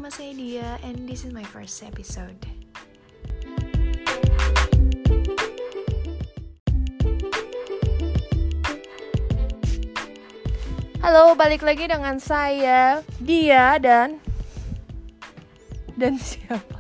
nama saya Dia, and this is my first episode. Halo, balik lagi dengan saya, Dia, dan siapa?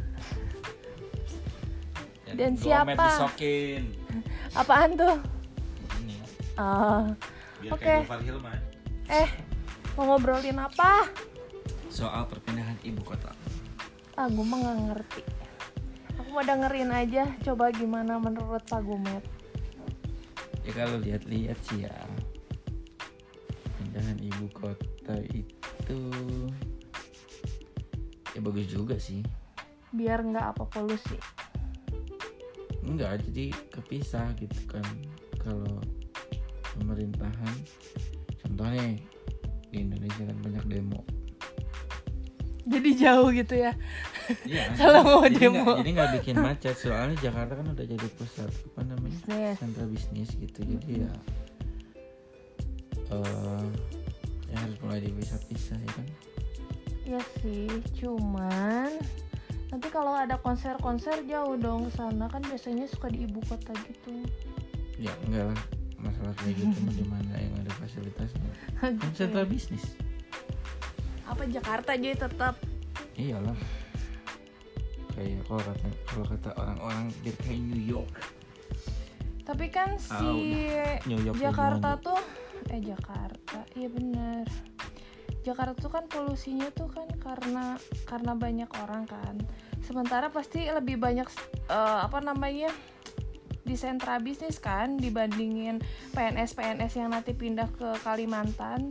Dan siapa? Disokin. Apaan tuh? Ini. Biar Oke. kayak Gofar Hilman. Mau ngobrolin apa? Soal perpindahan ibu kota. Gue mah gak ngerti. Aku mau dengerin aja. Coba gimana menurut Pak Gumet? Ya kalau lihat-lihat sih ya, pindahan ibu kota itu ya bagus juga sih. Biar gak apa polusi. Enggak, jadi kepisah gitu kan. Kalau pemerintahan, contohnya di Indonesia kan banyak demo. Jadi jauh gitu ya. Iya. Kalau mau demo. Jadi nggak bikin macet. Soalnya Jakarta kan udah jadi pusat Bisnis. sentra bisnis gitu. Jadi ya harus mulai dipisah-pisah ya kan. Iya sih, cuman nanti kalau ada konser jauh dong ke sana, kan biasanya suka di ibu kota gitu. Ya enggak lah, masalah kayak gitu mah di mana yang ada fasilitasnya. Kan sentra bisnis. Apa Jakarta aja tetap? Iyalah. Kayak kalau kata orang-orang biar kayak New York. Tapi kan New York Jakarta tuh Jakarta, iya benar. Jakarta tuh kan polusinya tuh kan karena banyak orang kan. Sementara pasti lebih banyak di sentra bisnis kan dibandingin PNS yang nanti pindah ke Kalimantan.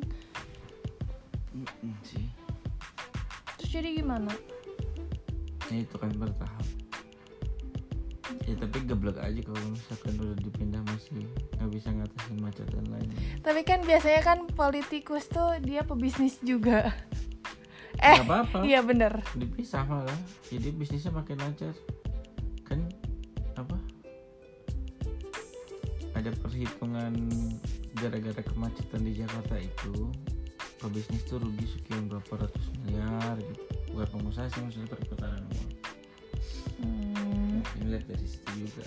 Sih. Terus jadi gimana? Ya itu kan bertahap. Ya tapi geblek aja kalau misalkan udah dipindah masih nggak bisa ngatasin macet dan lain-lain. Tapi kan biasanya kan politikus tuh dia pebisnis juga. Nggak apa-apa. Iya bener. Dipisah malah. Jadi bisnisnya makin lancar. Kan apa? Ada perhitungan gara-gara kemacetan di Jakarta itu. Pebisnis tuh rugi sekian berapa ratus miliar gitu. Bukan pengusaha sih, maksudnya perputaran uang. Lihat dari situ juga.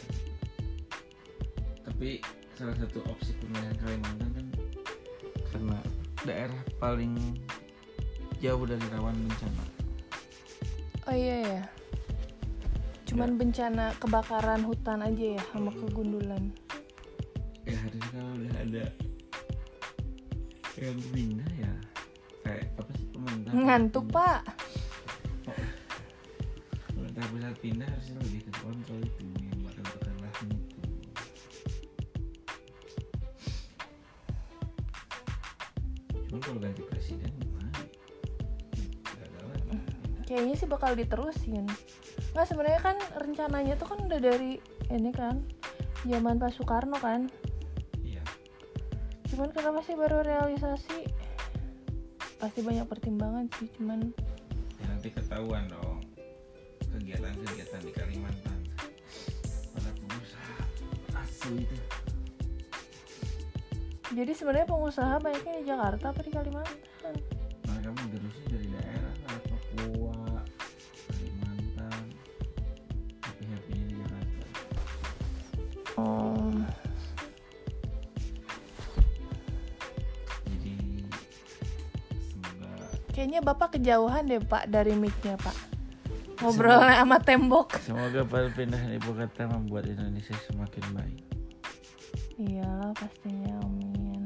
Tapi salah satu opsi pemilihan Kalimantan kan karena daerah paling jauh dari rawan bencana. Oh iya ya. Cuman bencana kebakaran hutan aja ya sama kegundulan. Ya harusnya kalau udah ada yang pindah ya kayak apa sih pemerintah Ngantuk pindah. Pak. Pemerintah pusat pindah harusnya lebih ke kontrol itu yang bakal lahan itu. Cuma kalau ganti presiden gimana? Gak ada lagi. Kayaknya sih bakal diterusin. Nggak, sebenarnya kan rencananya tuh kan udah dari ini kan zaman Pak Soekarno kan. Iya. Cuman kenapa sih baru realisasi? Pasti banyak pertimbangan sih, cuman Ya nanti ketahuan dong kegiatan-kegiatan di Kalimantan pada pengusaha asli itu. jadi sebenarnya pengusaha banyaknya di Jakarta apa di Kalimantan? Mereka menggerusnya dari daerah lah, Papua, Kalimantan, happy-happy di Jakarta. Jadi semoga Kayaknya Bapak kejauhan deh Pak dari mic-nya Pak. Ngobrolnya sama tembok. perpindahan ibu kota membuat Indonesia semakin baik. Iyalah pastinya, amin.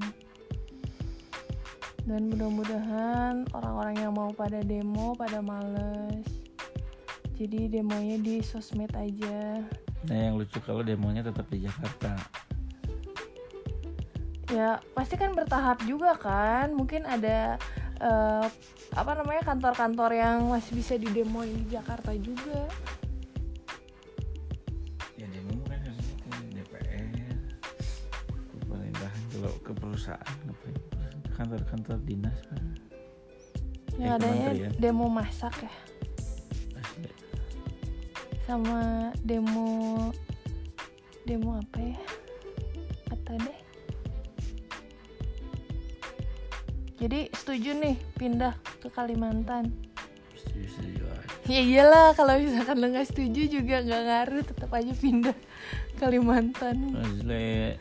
Dan mudah-mudahan orang-orang yang mau pada demo pada males. Jadi demonya di sosmed aja. Nah yang lucu kalau demonya tetap di Jakarta. Ya pasti kan bertahap juga kan. Mungkin ada kantor-kantor yang masih bisa didemoin di Jakarta juga. Ya demo kan harusnya ke DPR, ke pemerintahan, kalau ke perusahaan ngapain? Ke kantor-kantor dinas kan. Yang adanya kementerian. demo masak ya. Asli. Sama demo apa ya? Kata deh. Jadi setuju nih pindah ke Kalimantan. Setuju. setuju aja. Ya iyalah, kalau misalkan lo nggak setuju juga nggak ngaruh, tetap aja pindah Kalimantan. Mazle.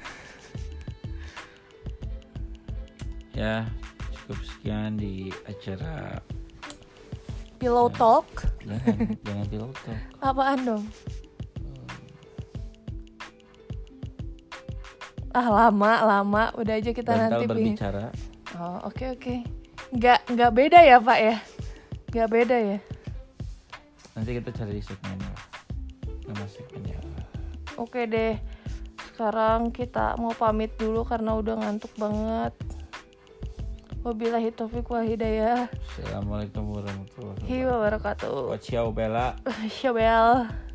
Ya, cukup sekian di acara Pillow talk. jangan pillow talk. Apaan dong? Lama udah aja kita Bantal nanti berbicara. Oh, oke. Nggak beda ya, Pak ya? Nggak beda ya? Nanti kita cari segmennya. Nama segmennya. Oke deh. Sekarang kita mau pamit dulu karena udah ngantuk banget. Wabillahi taufiq wal hidayah. Assalamualaikum warahmatullahi Wabarakatuh. wabarakatuh. Ciao Bella. Syabel.